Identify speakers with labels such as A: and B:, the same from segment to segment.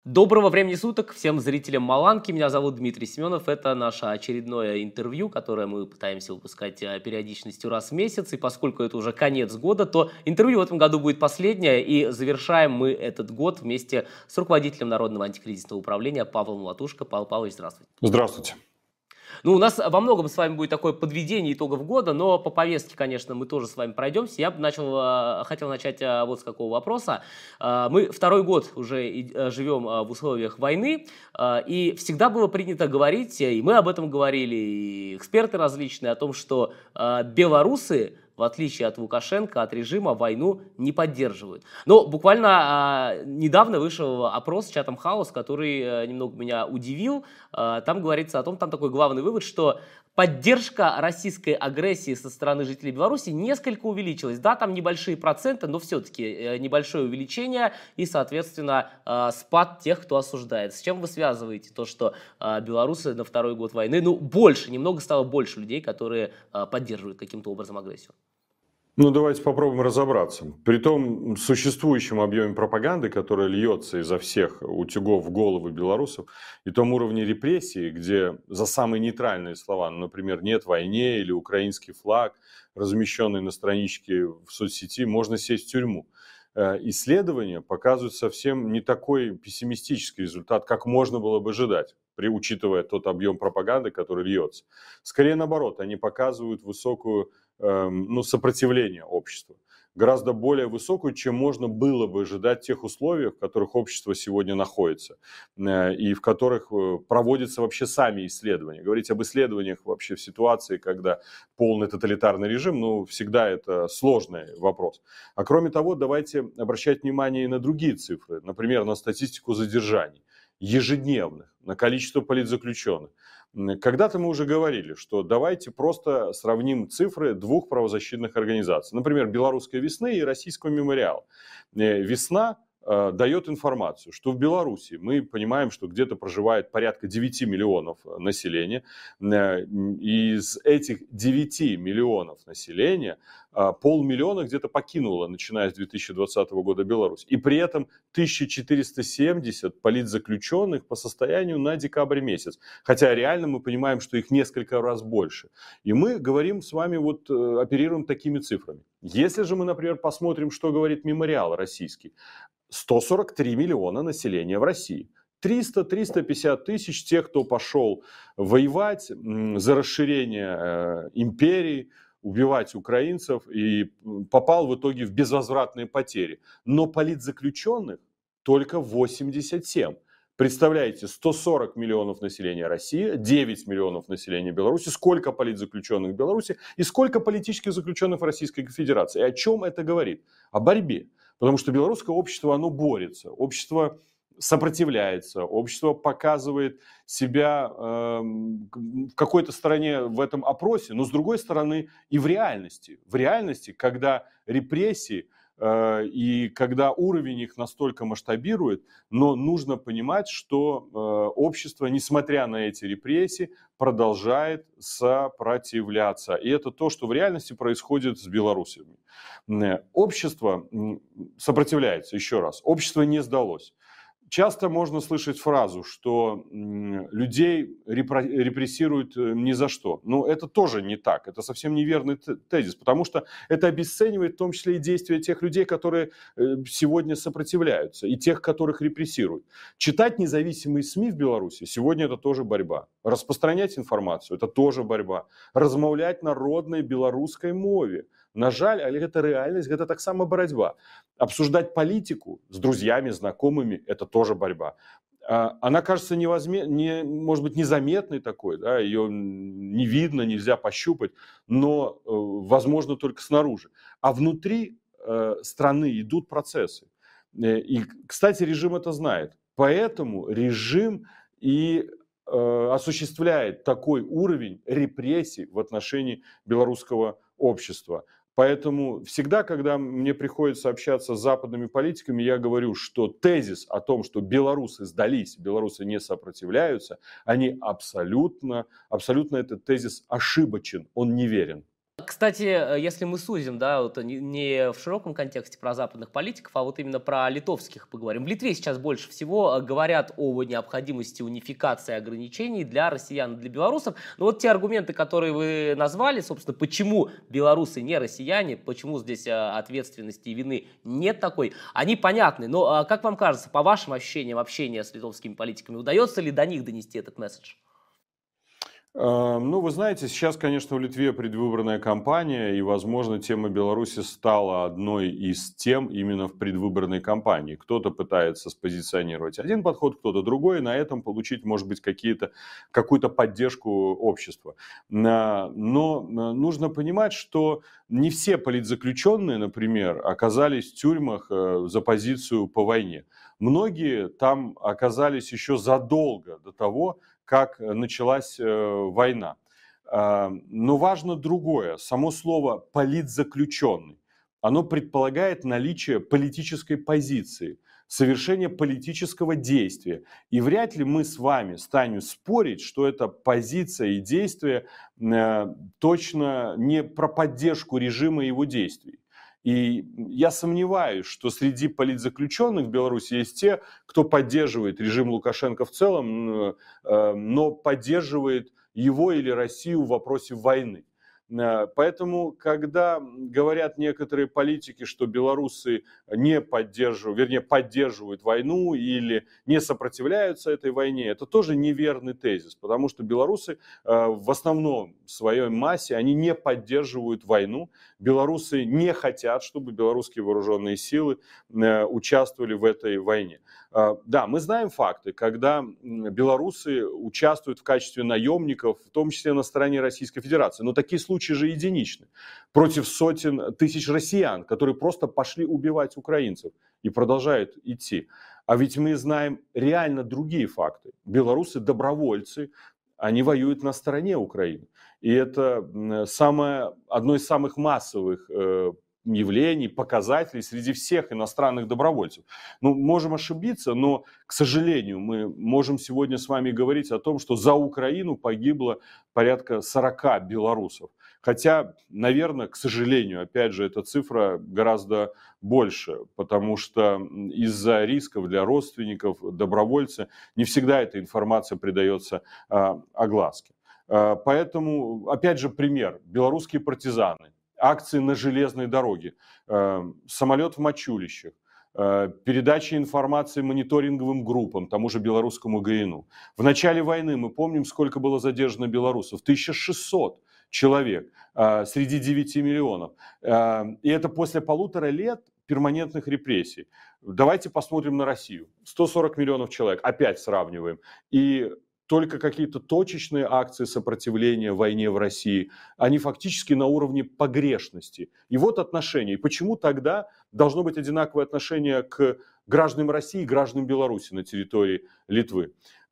A: Доброго времени суток всем зрителям Маланки. Меня зовут Дмитрий Семенов. Это наше очередное интервью, которое мы пытаемся выпускать периодичностью раз в месяц. И поскольку это уже конец года, то интервью в этом году будет последнее. И завершаем мы этот год вместе с руководителем Народного антикризисного управления Павлом Латушко. Павел Павлович, здравствуйте.
B: Здравствуйте.
A: Ну, у нас во многом с вами будет такое подведение итогов года, но по повестке, конечно, мы тоже с вами пройдемся. Я бы хотел начать вот с какого вопроса. Мы второй год уже живем в условиях войны, и всегда было принято говорить, и мы об этом говорили, и эксперты различные, о том, что белорусы, в отличие от Лукашенко, от режима, войну не поддерживают. Но буквально недавно вышел опрос Chatham House, который немного меня удивил. Там говорится о том, там такой главный вывод, что поддержка российской агрессии со стороны жителей Беларуси несколько увеличилась. Да, там небольшие проценты, но все-таки небольшое увеличение и, соответственно, спад тех, кто осуждает. С чем вы связываете то, что белорусы на второй год войны, немного стало больше людей, которые поддерживают каким-то образом агрессию?
B: Ну, давайте попробуем разобраться. При том существующем объеме пропаганды, которая льется изо всех утюгов в головы белорусов, и том уровне репрессий, где за самые нейтральные слова, например, «нет войне» или «украинский флаг», размещенный на страничке в соцсети, можно сесть в тюрьму. Исследования показывают совсем не такой пессимистический результат, как можно было бы ожидать, учитывая тот объем пропаганды, который льется. Скорее наоборот, они показывают высокую сопротивление обществу. Гораздо более высокую, чем можно было бы ожидать в тех условиях, в которых общество сегодня находится. И в которых проводятся вообще сами исследования. Говорить об исследованиях вообще в ситуации, когда полный тоталитарный режим, всегда это сложный вопрос. А кроме того, давайте обращать внимание и на другие цифры. Например, на статистику задержаний ежедневных, на количество политзаключенных. Когда-то мы уже говорили, что давайте просто сравним цифры двух правозащитных организаций. Например, «Белорусской весны» и «Российского мемориала». «Весна» дает информацию, что в Беларуси мы понимаем, что где-то проживает порядка 9 миллионов населения. Из этих 9 миллионов населения 500 000 где-то покинуло, начиная с 2020 года, Беларусь. И при этом 1470 политзаключенных по состоянию на декабрь месяц. Хотя реально мы понимаем, что их несколько раз больше. И мы говорим с вами, оперируем такими цифрами. Если же мы, например, посмотрим, что говорит мемориал российский. 143 миллиона населения в России. 300-350 тысяч тех, кто пошел воевать за расширение империи, убивать украинцев и попал в итоге в безвозвратные потери. Но политзаключенных только 87. Представляете, 140 миллионов населения России, 9 миллионов населения Беларуси, сколько политзаключенных в Беларуси и сколько политических заключенных в Российской Федерации. И о чем это говорит? О борьбе. Потому что белорусское общество, оно борется, общество сопротивляется, общество показывает себя в какой-то стороне в этом опросе, но с другой стороны и в реальности. В реальности, когда репрессии и когда уровень их настолько масштабирует, но нужно понимать, что общество, несмотря на эти репрессии, продолжает сопротивляться. И это то, что в реальности происходит с белорусами. Общество сопротивляется, еще раз, общество не сдалось. Часто можно слышать фразу, что людей репрессируют ни за что. Но это тоже не так. Это совсем неверный тезис, потому что это обесценивает в том числе и действия тех людей, которые сегодня сопротивляются, и тех, которых репрессируют. Читать независимые СМИ в Беларуси сегодня это тоже борьба. Распространять информацию это тоже борьба. Размовлять на родной белорусской мове. На жаль, але гэта рэальнасць, гэта таксама барацьба. Обсуждать политику с друзьями, знакомыми – это тоже борьба. Она кажется может быть, незаметной такой, да, ее не видно, нельзя пощупать, но возможно только снаружи. А внутри страны идут процессы. И, кстати, режим это знает. Поэтому режим и осуществляет такой уровень репрессий в отношении белорусского общества. Поэтому всегда, когда мне приходится общаться с западными политиками, я говорю, что тезис о том, что белорусы сдались, белорусы не сопротивляются, они абсолютно этот тезис ошибочен, он неверен.
A: Кстати, если мы сузим, да, вот не в широком контексте про западных политиков, а вот именно про литовских поговорим. В Литве сейчас больше всего говорят о необходимости унификации ограничений для россиян и для белорусов. Но вот те аргументы, которые вы назвали, собственно, почему белорусы не россияне, почему здесь ответственности и вины нет такой, они понятны. Но как вам кажется, по вашим ощущениям общения с литовскими политиками, удается ли до них донести этот месседж?
B: Ну, вы знаете, сейчас, конечно, в Литве предвыборная кампания, и, возможно, тема Беларуси стала одной из тем именно в предвыборной кампании. Кто-то пытается спозиционировать один подход, кто-то другой, и на этом получить, может быть, какую-то поддержку общества. Но нужно понимать, что не все политзаключенные, например, оказались в тюрьмах за позицию по войне. Многие там оказались еще задолго до того, как началась война. Но важно другое. Само слово «политзаключенный», оно предполагает наличие политической позиции, совершение политического действия. И вряд ли мы с вами станем спорить, что эта позиция и действие точно не про поддержку режима и его действий. И я сомневаюсь, что среди политзаключенных в Беларуси есть те, кто поддерживает режим Лукашенко в целом, но поддерживает его или Россию в вопросе войны. Поэтому, когда говорят некоторые политики, что белорусы не поддерживают, вернее, поддерживают войну или не сопротивляются этой войне, это тоже неверный тезис, потому что белорусы в основном в своей массе, они не поддерживают войну. Белорусы не хотят, чтобы белорусские вооруженные силы участвовали в этой войне. Да, мы знаем факты, когда белорусы участвуют в качестве наемников, в том числе на стороне Российской Федерации. Но такие случаи же единичны. Против сотен тысяч россиян, которые просто пошли убивать украинцев и продолжают идти. А ведь мы знаем реально другие факты. Белорусы добровольцы, они воюют на стороне Украины. И это одно из самых массовых явлений, показателей среди всех иностранных добровольцев. Ну, можем ошибиться, но, к сожалению, мы можем сегодня с вами говорить о том, что за Украину погибло порядка 40 белорусов. Хотя, наверное, к сожалению, опять же, эта цифра гораздо больше, потому что из-за рисков для родственников, добровольца, не всегда эта информация придается огласке. Поэтому, опять же, пример. Белорусские партизаны. Акции на железной дороге, самолет в Мачулищах, передача информации мониторинговым группам, тому же белорусскому ГНУ. В начале войны мы помним, сколько было задержано белорусов. 1600 человек среди 9 миллионов. И это после 1,5 лет перманентных репрессий. Давайте посмотрим на Россию. 140 миллионов человек, опять сравниваем. И только какие-то точечные акции сопротивления войне в России, они фактически на уровне погрешности. И вот отношения. И почему тогда должно быть одинаковое отношение к гражданам России и гражданам Беларуси на территории Литвы?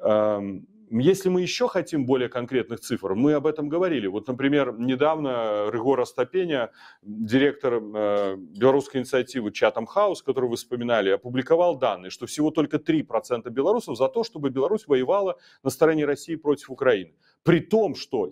B: Если мы еще хотим более конкретных цифр, мы об этом говорили. Вот, например, недавно Рыгор Остапеня, директор белорусской инициативы Chatham House, которую вы вспоминали, опубликовал данные, что всего только 3% белорусов за то, чтобы Беларусь воевала на стороне России против Украины. При том, что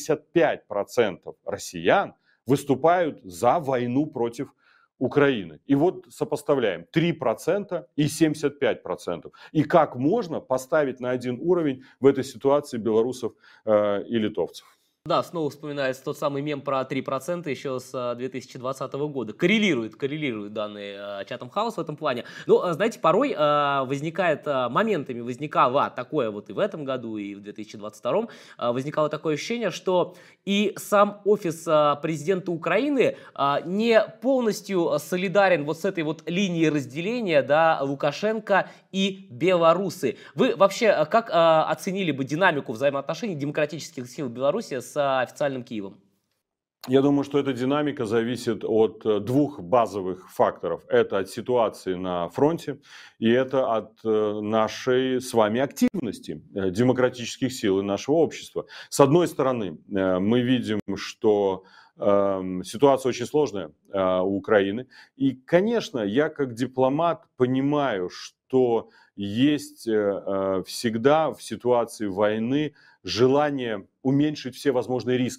B: 75% россиян выступают за войну против Украины. И вот сопоставляем 3% и 75%. И как можно поставить на один уровень в этой ситуации белорусов и литовцев?
A: Да, снова вспоминается тот самый мем про 3% еще с 2020 года. Коррелируют данные Chatham House в этом плане. Но, знаете, порой моментами возникало такое вот и в этом году, и в 2022 возникало такое ощущение, что и сам офис президента Украины не полностью солидарен вот с этой вот линией разделения, да, Лукашенко и белорусы. Вы вообще как оценили бы динамику взаимоотношений демократических сил Беларуси с официальным Киевом?
B: Я думаю, что эта динамика зависит от двух базовых факторов. Это от ситуации на фронте и это от нашей с вами активности демократических сил и нашего общества. С одной стороны, мы видим, что ситуация очень сложная у Украины. И, конечно, я как дипломат понимаю, что есть всегда в ситуации войны желание уменьшить все возможные риски.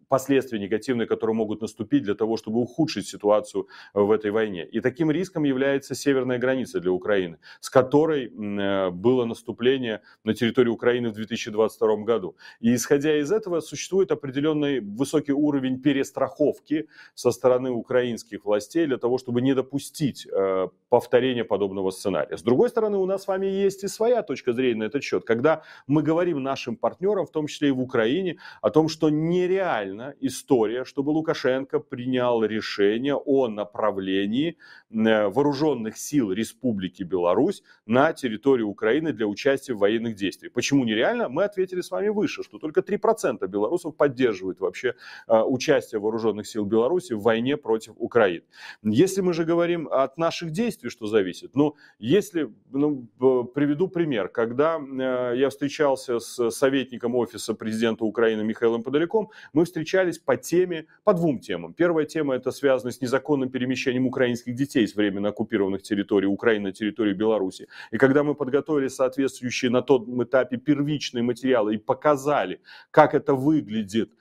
B: последствия негативные, которые могут наступить для того, чтобы ухудшить ситуацию в этой войне. И таким риском является северная граница для Украины, с которой было наступление на территории Украины в 2022 году. И исходя из этого, существует определенный высокий уровень перестраховки со стороны украинских властей для того, чтобы не допустить повторения подобного сценария. С другой стороны, у нас с вами есть и своя точка зрения на этот счет. Когда мы говорим нашим партнерам, в том числе и в Украине, о том, что нереальна история, чтобы Лукашенко принял решение о направлении вооруженных сил Республики Беларусь на территорию Украины для участия в военных действиях. Почему нереально? Мы ответили с вами выше, что только 3% белорусов поддерживают вообще участие вооруженных сил Беларуси в войне против Украины. Если мы же говорим от наших действий, что зависит, приведу пример. Когда я встречался с советником офиса президента Украины Михаилом Подоляком, мы встречались по двум темам. Первая тема — это связана с незаконным перемещением украинских детей с временно оккупированных территорий Украины на территорию Беларуси. И когда мы подготовили соответствующие на том этапе первичные материалы и показали, как это выглядит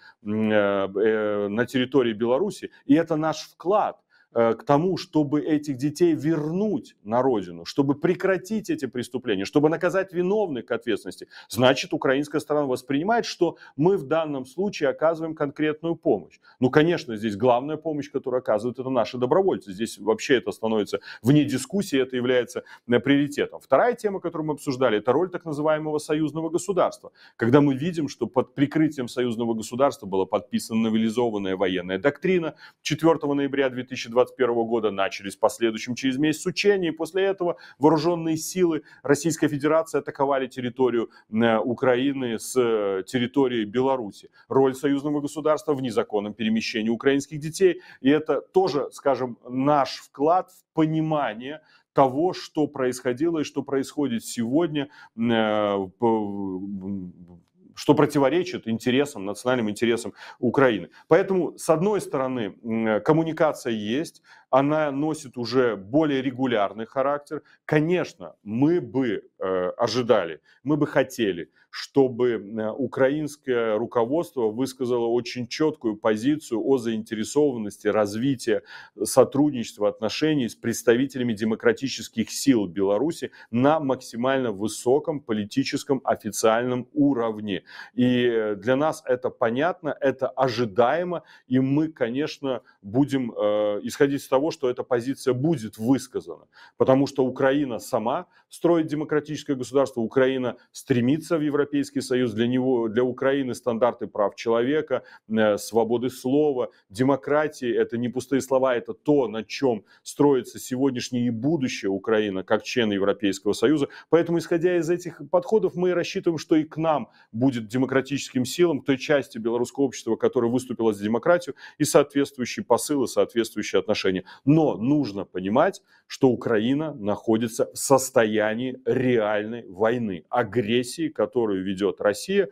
B: на территории Беларуси, и это наш вклад к тому, чтобы этих детей вернуть на родину, чтобы прекратить эти преступления, чтобы наказать виновных к ответственности, значит, украинская сторона воспринимает, что мы в данном случае оказываем конкретную помощь. Конечно, здесь главная помощь, которую оказывают, это наши добровольцы. Здесь вообще это становится вне дискуссии, это является приоритетом. Вторая тема, которую мы обсуждали, это роль так называемого союзного государства. Когда мы видим, что под прикрытием союзного государства была подписана новелизованная военная доктрина 4 ноября 2021 года, начались в последующем через месяц учения, и после этого вооруженные силы Российской Федерации атаковали территорию Украины с территории Беларуси. Роль союзного государства в незаконном перемещении украинских детей, и это тоже, скажем, наш вклад в понимание того, что происходило и что происходит сегодня, что противоречит национальным интересам Украины. Поэтому, с одной стороны, коммуникация есть, она носит уже более регулярный характер. Конечно, мы бы ожидали, мы бы хотели, чтобы украинское руководство высказало очень четкую позицию о заинтересованности развития сотрудничества, отношений с представителями демократических сил Беларуси на максимально высоком политическом официальном уровне. И для нас это понятно, это ожидаемо, и мы, конечно, будем исходить из того, что эта позиция будет высказана, потому что Украина сама строит демократическое государство, Украина стремится в Европейский Союз, для Украины стандарты прав человека, свободы слова, демократии — это не пустые слова, это то, на чем строится сегодняшнее и будущее Украины как члена Европейского Союза. Поэтому, исходя из этих подходов, мы рассчитываем, что и к нам будет демократическим силам, к той части белорусского общества, которая выступила за демократию, и соответствующие посылы, соответствующие отношения. Но нужно понимать, что Украина находится в состоянии реальной войны, агрессии, которую ведет Россия,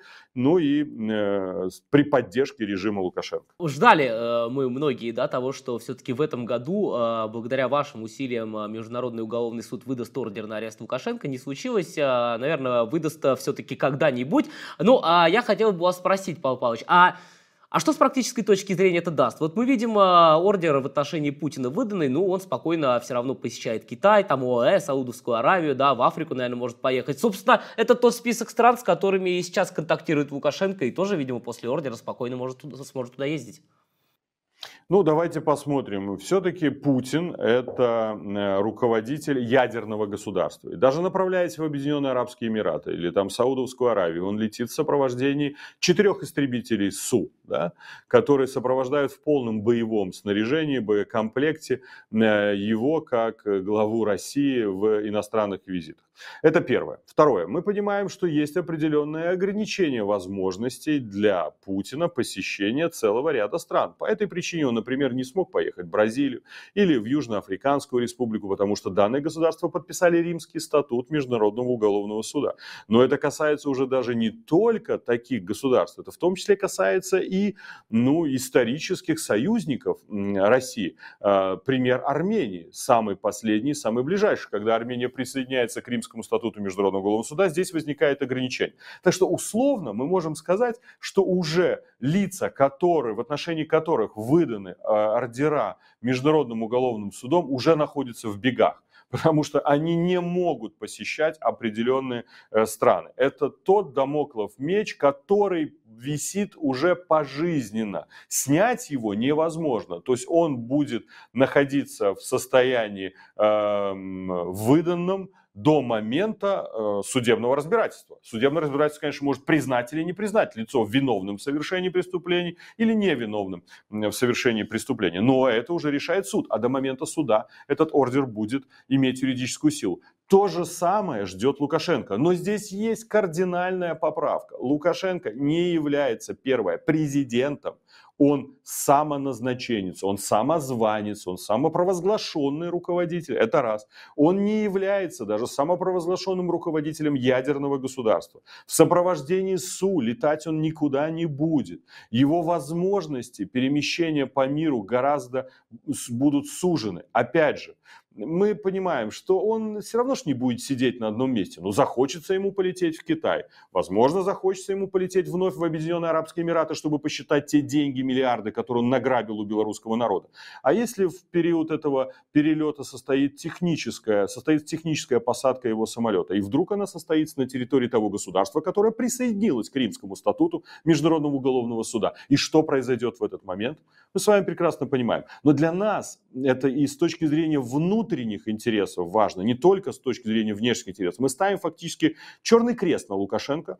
B: при поддержке режима Лукашенко.
A: Ждали мы многие, того, что все-таки в этом году, благодаря вашим усилиям, Международный уголовный суд выдаст ордер на арест Лукашенко. Не случилось, наверное, выдаст все-таки когда-нибудь. Я хотел бы вас спросить, Павел Павлович, а что с практической точки зрения это даст? Вот мы видим ордер в отношении Путина выданный, он спокойно все равно посещает Китай, ОАЭ, Саудовскую Аравию, в Африку, наверное, может поехать. Собственно, это тот список стран, с которыми и сейчас контактирует Лукашенко, и тоже, видимо, после ордера спокойно сможет туда ездить.
B: Давайте посмотрим. Все-таки Путин – это руководитель ядерного государства. И даже направляясь в Объединенные Арабские Эмираты или Саудовскую Аравию, он летит в сопровождении 4 истребителей Су, которые сопровождают в полном боевом снаряжении, боекомплекте его как главу России в иностранных визитах. Это первое. Второе. Мы понимаем, что есть определенные ограничения возможностей для Путина посещения целого ряда стран. По этой причине он например, не смог поехать в Бразилию или в Южноафриканскую республику, потому что данные государства подписали Римский статут Международного уголовного суда. Но это касается уже даже не только таких государств, это в том числе касается и исторических союзников России. Пример Армении, самый последний, самый ближайший. Когда Армения присоединяется к Римскому статуту Международного уголовного суда, здесь возникает ограничение. Так что условно мы можем сказать, что уже лица, в отношении которых выданы ордера Международным уголовным судом, уже находятся в бегах. Потому что они не могут посещать определенные страны. Это тот дамоклов меч, который висит уже пожизненно. Снять его невозможно. То есть он будет находиться в состоянии выданном до момента судебного разбирательства. Судебное разбирательство, конечно, может признать или не признать лицо виновным в совершении преступлений или невиновным в совершении преступления. Но это уже решает суд. А до момента суда этот ордер будет иметь юридическую силу. То же самое ждет Лукашенко. Но здесь есть кардинальная поправка. Лукашенко не является, первое, президентом. Он самоназначенец, он самозванец, он самопровозглашенный руководитель. Это раз. Он не является даже самопровозглашенным руководителем ядерного государства. В сопровождении СУ летать он никуда не будет. Его возможности перемещения по миру гораздо будут сужены. Опять же, мы понимаем, что он все равно ж не будет сидеть на одном месте. Но захочется ему полететь в Китай. Возможно, захочется ему полететь вновь в Объединенные Арабские Эмираты, чтобы посчитать те деньги, миллиарды, которые он награбил у белорусского народа. А если в период этого перелета состоит техническая посадка его самолета, и вдруг она состоится на территории того государства, которое присоединилось к Римскому статуту Международного уголовного суда. И что произойдет в этот момент? Мы с вами прекрасно понимаем. Но для нас это и с точки зрения внутренних интересов важно, не только с точки зрения внешних интересов. Мы ставим фактически черный крест на Лукашенко.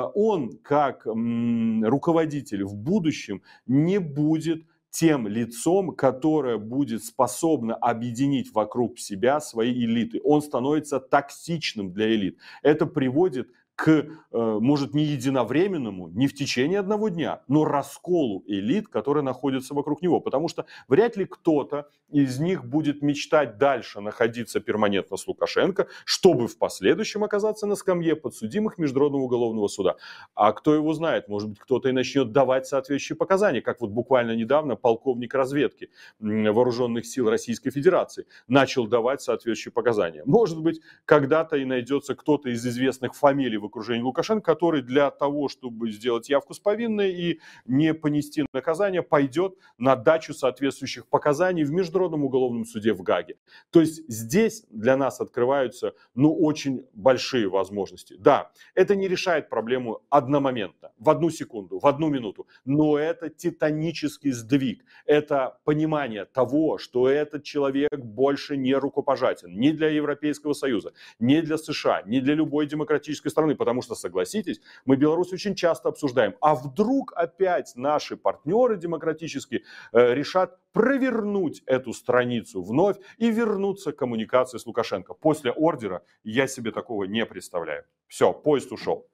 B: Он, как руководитель в будущем, не будет тем лицом, которое будет способно объединить вокруг себя свои элиты. Он становится токсичным для элит. Это приводит к, может, не единовременному, не в течение одного дня, но расколу элит, которые находятся вокруг него. Потому что вряд ли кто-то из них будет мечтать дальше находиться перманентно с Лукашенко, чтобы в последующем оказаться на скамье подсудимых Международного уголовного суда. А кто его знает, может быть, кто-то и начнет давать соответствующие показания, как вот буквально недавно полковник разведки Вооруженных сил Российской Федерации начал давать соответствующие показания. Может быть, когда-то и найдется кто-то из известных фамилий в окружении Лукашенко, который для того, чтобы сделать явку с повинной и не понести наказание, пойдет на дачу соответствующих показаний в Международном уголовном суде в Гааге. То есть здесь для нас открываются, очень большие возможности. Да, это не решает проблему одномоментно, в одну секунду, в одну минуту, но это титанический сдвиг. Это понимание того, что этот человек больше не рукопожатен ни для Европейского Союза, ни для США, ни для любой демократической страны. Потому что, согласитесь, мы Беларусь очень часто обсуждаем. А вдруг опять наши партнеры демократические решат провернуть эту страницу вновь и вернуться к коммуникации с Лукашенко. После ордера я себе такого не представляю. Все, поезд ушел.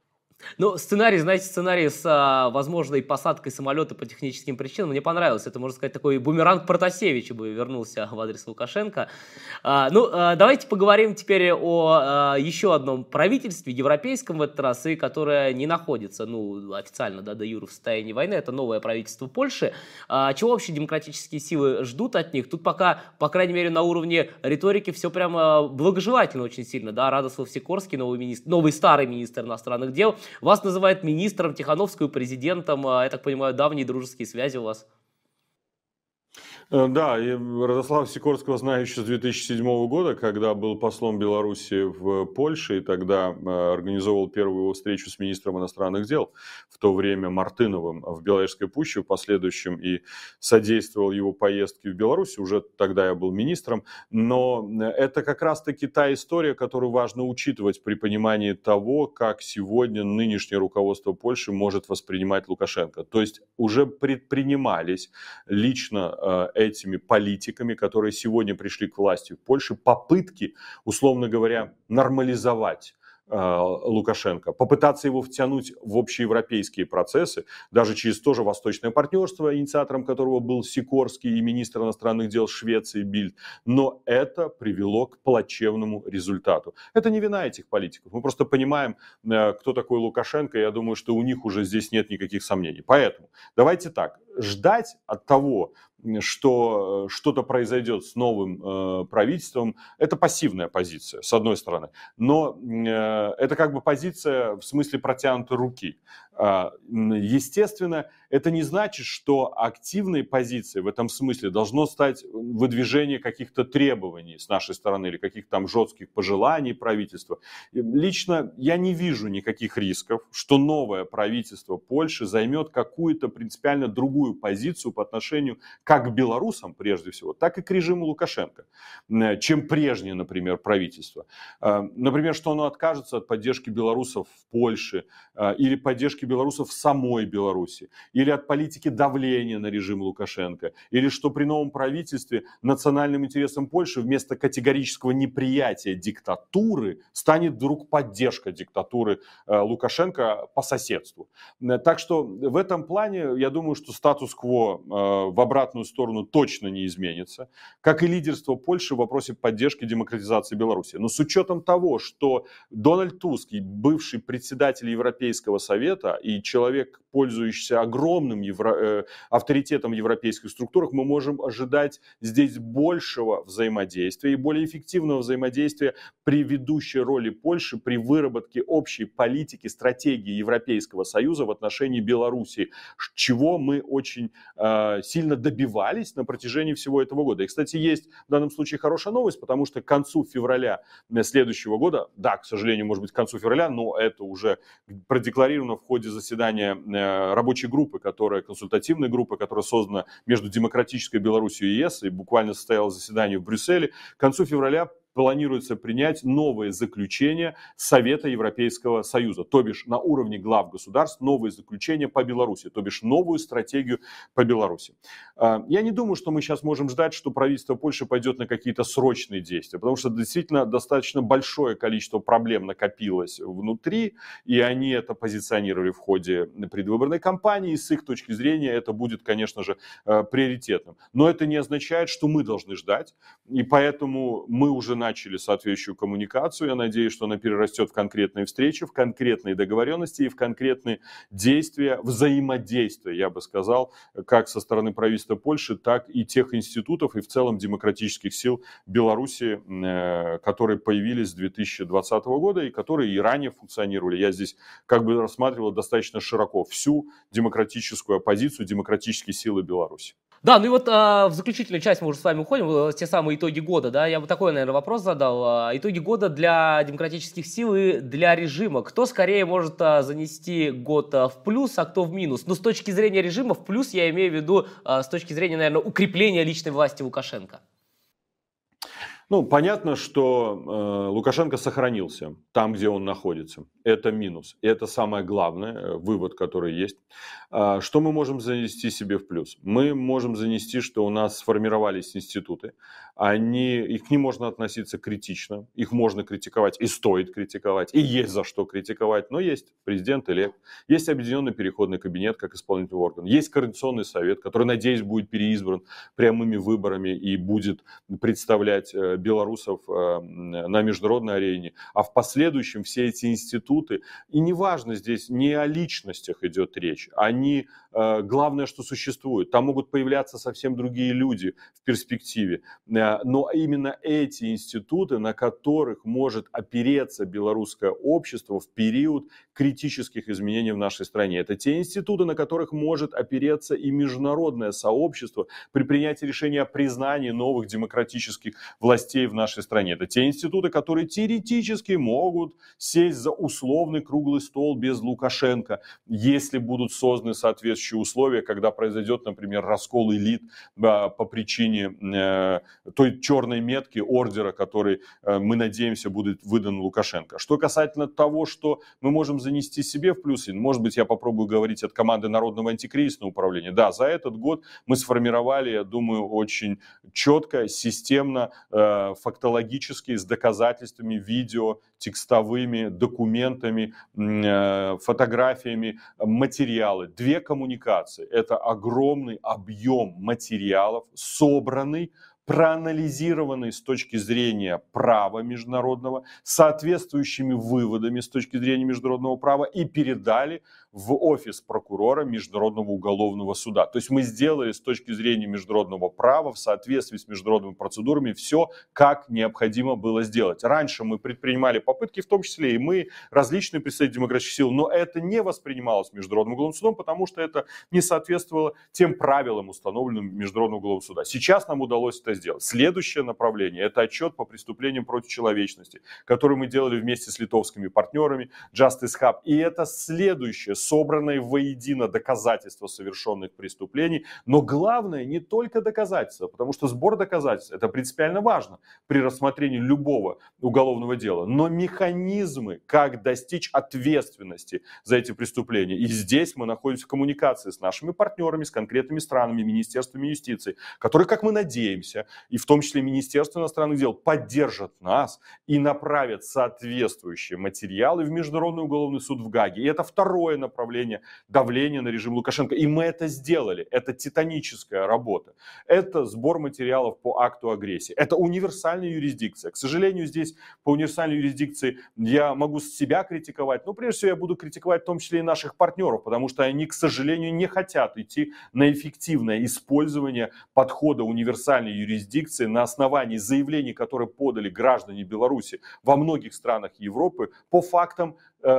A: Сценарий с возможной посадкой самолета по техническим причинам мне понравился. Это, можно сказать, такой бумеранг Протасевича бы вернулся в адрес Лукашенко. Давайте поговорим теперь о еще одном правительстве, европейском в этот раз, и которое не находится, официально, де юре в состоянии войны. Это новое правительство Польши. Чего вообще демократические силы ждут от них? Тут пока, по крайней мере, на уровне риторики все прямо благожелательно очень сильно. Да? Радослав Сикорский, новый старый министр иностранных дел, вас называют министром, Тихановскую президентом. Я так понимаю, давние дружеские связи у вас.
B: Да, и Радослава Сикорского знаю еще с 2007 года, когда был послом Беларуси в Польше, и тогда организовал первую встречу с министром иностранных дел, в то время Мартыновым, в Беловежской пуще, в последующем и содействовал его поездке в Беларусь, уже тогда я был министром, но это как раз-таки та история, которую важно учитывать при понимании того, как сегодня нынешнее руководство Польши может воспринимать Лукашенко. То есть уже предпринимались лично этими политиками, которые сегодня пришли к власти в Польше, попытки, условно говоря, нормализовать Лукашенко, попытаться его втянуть в общеевропейские процессы, даже через тоже восточное партнерство, инициатором которого был Сикорский и министр иностранных дел Швеции Бильд. Но это привело к плачевному результату. Это не вина этих политиков. Мы просто понимаем, кто такой Лукашенко, и я думаю, что у них уже здесь нет никаких сомнений. Поэтому давайте так, ждать от того, что что-то произойдет с новым правительством, это пассивная позиция, с одной стороны. Но это как бы позиция в смысле протянутой руки. Естественно, это не значит, что активной позицией в этом смысле должно стать выдвижение каких-то требований с нашей стороны или каких-то там жестких пожеланий правительства. Лично я не вижу никаких рисков, что новое правительство Польши займет какую-то принципиально другую позицию по отношению как к белорусам, прежде всего, так и к режиму Лукашенко, чем прежнее, например, правительство. Например, что оно откажется от поддержки белорусов в Польше или поддержки белорусов в самой Беларуси, или от политики давления на режим Лукашенко, или что при новом правительстве национальным интересом Польши вместо категорического неприятия диктатуры станет вдруг поддержка диктатуры Лукашенко по соседству. Так что в этом плане я думаю, что статус-кво в обратную сторону точно не изменится, как и лидерство Польши в вопросе поддержки демократизации Беларуси. Но с учетом того, что Дональд Туск, бывший председатель Европейского совета и человек, пользующийся огромным авторитетом в европейских структурах, мы можем ожидать здесь большего взаимодействия и более эффективного взаимодействия при ведущей роли Польши при выработке общей политики, стратегии Европейского Союза в отношении Беларуси, чего мы очень сильно добивались на протяжении всего этого года. И, кстати, есть в данном случае хорошая новость, потому что к концу февраля следующего года, да, к сожалению, может быть, к концу февраля, но это уже продекларировано в ходе заседания рабочей группы, консультативной группы, которая создана между Демократической Беларусью и ЕС, и буквально состоялось заседание в Брюсселе. К концу февраля планируется принять новые заключения Совета Европейского Союза, то бишь на уровне глав государств новые заключения по Беларуси, то бишь новую стратегию по Беларуси. Я не думаю, что мы сейчас можем ждать, что правительство Польши пойдет на какие-то срочные действия, потому что действительно достаточно большое количество проблем накопилось внутри, и они это позиционировали в ходе предвыборной кампании, и с их точки зрения это будет, конечно же, приоритетным. Но это не означает, что мы должны ждать, и поэтому мы уже начали соответствующую коммуникацию. Я надеюсь, что она перерастет в конкретные встречи, в конкретные договоренности и в конкретные действия, взаимодействия, я бы сказал, как со стороны правительства Польши, так и тех институтов и в целом демократических сил Беларуси, которые появились с 2020 года и которые и ранее функционировали. Я здесь как бы рассматривал достаточно широко всю демократическую оппозицию, демократические силы Беларуси.
A: Да, ну и вот в заключительную часть мы уже с вами уходим, те самые итоги года, да, я бы такой, наверное, вопрос задал. Итоги года для демократических сил и для режима. Кто скорее может занести год в плюс, а кто в минус? Ну, с точки зрения режима, в плюс я имею в виду с точки зрения, наверное, укрепления личной власти Лукашенко.
B: Ну, понятно, что Лукашенко сохранился там, где он находится. Это минус. И это самое главное, вывод, который есть. Что мы можем занести себе в плюс? Мы можем занести, что у нас сформировались институты. К ним можно относиться критично. Их можно критиковать и стоит критиковать. И есть за что критиковать. Но есть президент-элект. Есть Объединенный переходный кабинет как исполнительный орган. Есть Координационный совет, который, надеюсь, будет переизбран прямыми выборами и будет представлять белорусов на международной арене, а в последующем все эти институты, и неважно здесь, не о личностях идет речь, они, главное, что существуют, там могут появляться совсем другие люди в перспективе, но именно эти институты, на которых может опереться белорусское общество в период критических изменений в нашей стране. Это те институты, на которых может опереться и международное сообщество при принятии решения о признании новых демократических властей в нашей стране. Это те институты, которые теоретически могут сесть за условный круглый стол без Лукашенко, если будут созданы соответствующие условия, когда произойдет, например, раскол элит по причине той черной метки ордера, который, мы надеемся, будет выдан Лукашенко. Что касательно того, что мы можем занести себе в плюс, может быть, я попробую говорить от команды Народного антикризисного управления. Да, за этот год мы сформировали, я думаю, очень четко, системно фактологически, с доказательствами, видео, текстовыми, документами, фотографиями, материалы. 2 коммуникации. Это огромный объем материалов, собранный, проанализированный с точки зрения права международного, соответствующими выводами с точки зрения международного права и передали в офис прокурора Международного уголовного суда. То есть мы сделали с точки зрения международного права в соответствии с международными процедурами все, как необходимо было сделать. Раньше мы предпринимали попытки, в том числе и мы, различные представители демократических сил, но это не воспринималось Международным уголовным судом, потому что это не соответствовало тем правилам, установленным Международным уголовным судом. Сейчас нам удалось это сделать. Следующее направление – это отчет по преступлениям против человечности, который мы делали вместе с литовскими партнерами Justice Hub. И это следующее, собранное воедино доказательства совершенных преступлений. Но главное не только доказательства, потому что сбор доказательств – это принципиально важно при рассмотрении любого уголовного дела. Но механизмы, как достичь ответственности за эти преступления. И здесь мы находимся в коммуникации с нашими партнерами, с конкретными странами, министерствами юстиции, которые, как мы надеемся, и в том числе Министерство иностранных дел, поддержат нас и направят соответствующие материалы в Международный уголовный суд в Гааге. И это второе направление давления на режим Лукашенко. И мы это сделали. Это титаническая работа. Это сбор материалов по акту агрессии. Это универсальная юрисдикция. К сожалению, здесь по универсальной юрисдикции я могу себя критиковать, но прежде всего я буду критиковать в том числе и наших партнеров, потому что они, к сожалению, не хотят идти на эффективное использование подхода универсальной юрисдикции на основании заявлений, которые подали граждане Беларуси во многих странах Европы по фактам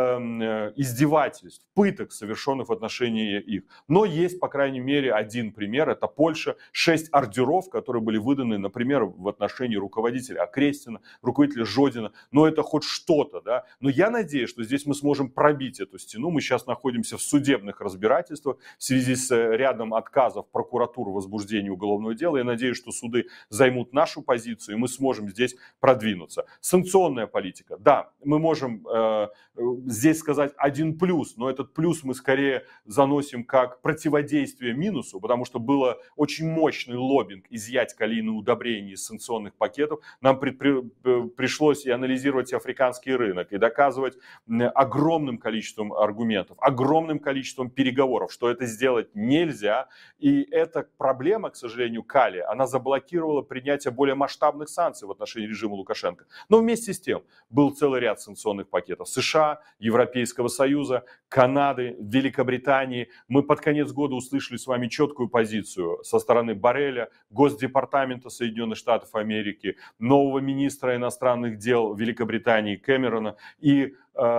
B: издевательств, пыток, совершенных в отношении их. Но есть, по крайней мере, один пример. Это Польша. 6 ордеров, которые были выданы, например, в отношении руководителя Окрестина, руководителя Жодина. Но это хоть что-то, да. Но я надеюсь, что здесь мы сможем пробить эту стену. Мы сейчас находимся в судебных разбирательствах в связи с рядом отказов прокуратуры в возбуждении уголовного дела. Я надеюсь, что суды займут нашу позицию, и мы сможем здесь продвинуться. Санкционная политика. Да, мы можем здесь сказать один плюс, но этот плюс мы скорее заносим как противодействие минусу, потому что было очень мощный лоббинг изъять калийные удобрения из санкционных пакетов. Нам пришлось и анализировать африканский рынок, и доказывать огромным количеством аргументов, огромным количеством переговоров, что это сделать нельзя. И эта проблема, к сожалению, калия, она заблокировала принятие более масштабных санкций в отношении режима Лукашенко. Но вместе с тем был целый ряд санкционных пакетов США, Европейского Союза, Канады, Великобритании. Мы под конец года услышали с вами четкую позицию со стороны Борреля, Госдепартамента Соединенных Штатов Америки, нового министра иностранных дел Великобритании Кэмерона. И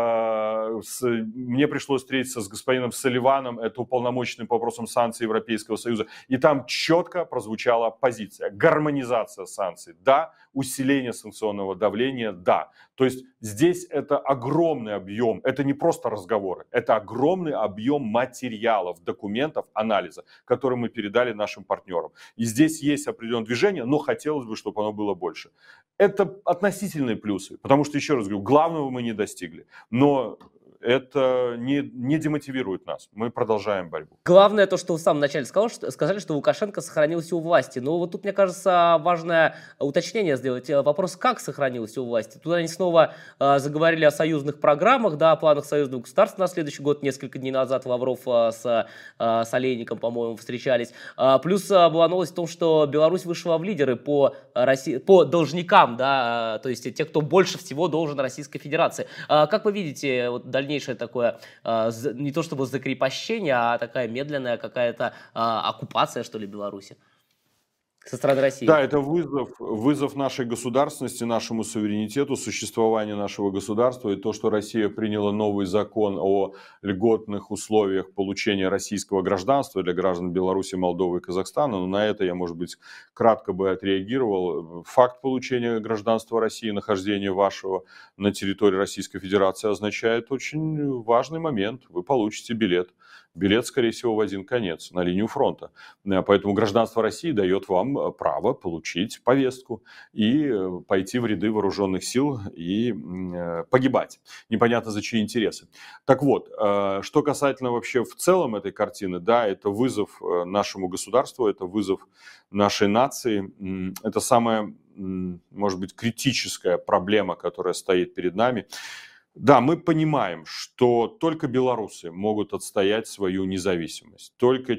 B: мне пришлось встретиться с господином Салливаном, это уполномоченный по вопросам санкций Европейского Союза, и там четко прозвучала позиция. Гармонизация санкций, да, усиление санкционного давления, да. То есть здесь это огромный объем, это не просто разговоры, это огромный объем материалов, документов, анализа, которые мы передали нашим партнерам. И здесь есть определенное движение, но хотелось бы, чтобы оно было больше. Это относительные плюсы, потому что, еще раз говорю, главного мы не достигли. Но это не демотивирует нас. Мы продолжаем борьбу.
A: Главное то, что вы в самом начале сказали, что Лукашенко сохранился у власти. Но вот тут, мне кажется, важное уточнение сделать. Вопрос, как сохранился у власти. Тут они снова заговорили о союзных программах, да, о планах союзного государства на следующий год. Несколько дней назад Лавров с Олейником, по-моему, встречались. Плюс была новость в том, что Беларусь вышла в лидеры по должникам, да, то есть те, кто больше всего должен Российской Федерации. Как вы видите вот дальнейшее такое, не то чтобы закрепощение, а такая медленная какая-то оккупация, что ли, Беларуси со стороны России?
B: Да, это вызов нашей государственности, нашему суверенитету, существованию нашего государства. И то, что Россия приняла новый закон о льготных условиях получения российского гражданства для граждан Беларуси, Молдовы и Казахстана, но на это я, может быть, кратко бы отреагировал. Факт получения гражданства России, нахождение вашего на территории Российской Федерации означает очень важный момент. Вы получите билет. Билет, скорее всего, в один конец, на линию фронта. Поэтому гражданство России дает вам право получить повестку и пойти в ряды вооруженных сил и погибать. Непонятно за чьи интересы. Так вот, что касательно вообще в целом этой картины, да, это вызов нашему государству, это вызов нашей нации. Это самое может быть, критическая проблема, которая стоит перед нами. Да, мы понимаем, что только белорусы могут отстоять свою независимость. Только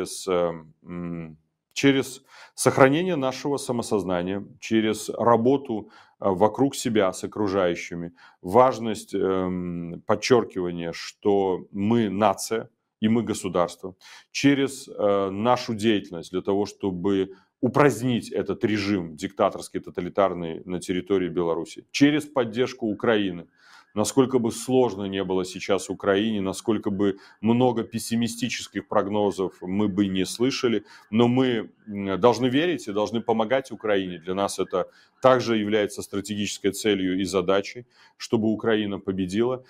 B: через сохранение нашего самосознания, через работу вокруг себя с окружающими, важность подчеркивания, что мы нация и мы государство, через нашу деятельность для того, чтобы упразднить этот режим диктаторский, тоталитарный на территории Беларуси, через поддержку Украины. Насколько бы сложно не было сейчас Украине, насколько бы много пессимистических прогнозов мы бы не слышали, но мы должны верить и должны помогать Украине. Для нас это также является стратегической целью и задачей, чтобы Украина победила.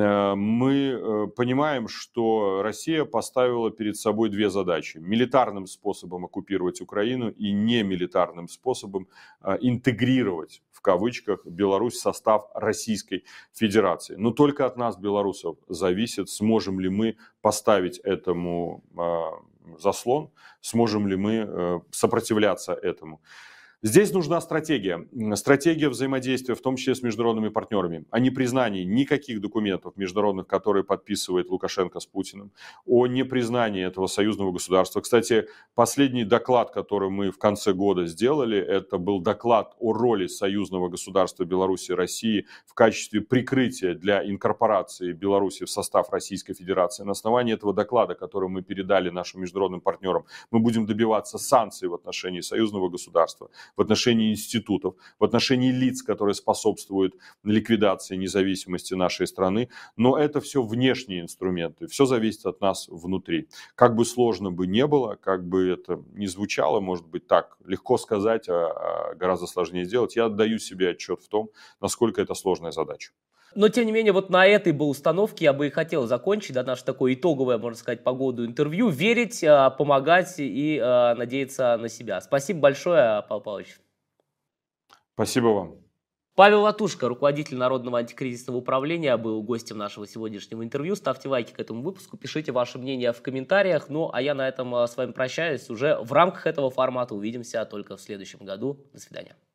B: Мы понимаем, что Россия поставила перед собой две задачи. Милитарным способом оккупировать Украину и немилитарным способом интегрировать, в кавычках, Беларусь в состав Российской Федерации. Но только от нас, белорусов, зависит, сможем ли мы поставить этому заслон, сможем ли мы сопротивляться этому. Здесь нужна стратегия. Стратегия взаимодействия, в том числе с международными партнерами, о непризнании никаких документов международных, которые подписывает Лукашенко с Путиным, о непризнании этого союзного государства. Кстати, последний доклад, который мы в конце года сделали, это был доклад о роли союзного государства Беларуси и России в качестве прикрытия для инкорпорации Беларуси в состав Российской Федерации. На основании этого доклада, который мы передали нашим международным партнерам, мы будем добиваться санкций в отношении союзного государства, в отношении институтов, в отношении лиц, которые способствуют ликвидации независимости нашей страны. Но это все внешние инструменты, все зависит от нас внутри. Как бы сложно бы не было, как бы это ни звучало, может быть так легко сказать, а гораздо сложнее сделать, я отдаю себе отчет в том, насколько это сложная задача.
A: Но, тем не менее, вот на этой бы установке я бы и хотел закончить, да, наше такое итоговое, можно сказать, по году интервью. Верить, помогать и надеяться на себя. Спасибо большое, Павел Павлович.
B: Спасибо вам.
A: Павел Латушко, руководитель Народного антикризисного управления, был гостем нашего сегодняшнего интервью. Ставьте лайки к этому выпуску, пишите ваше мнение в комментариях. Ну, а я на этом с вами прощаюсь. Уже в рамках этого формата увидимся только в следующем году. До свидания.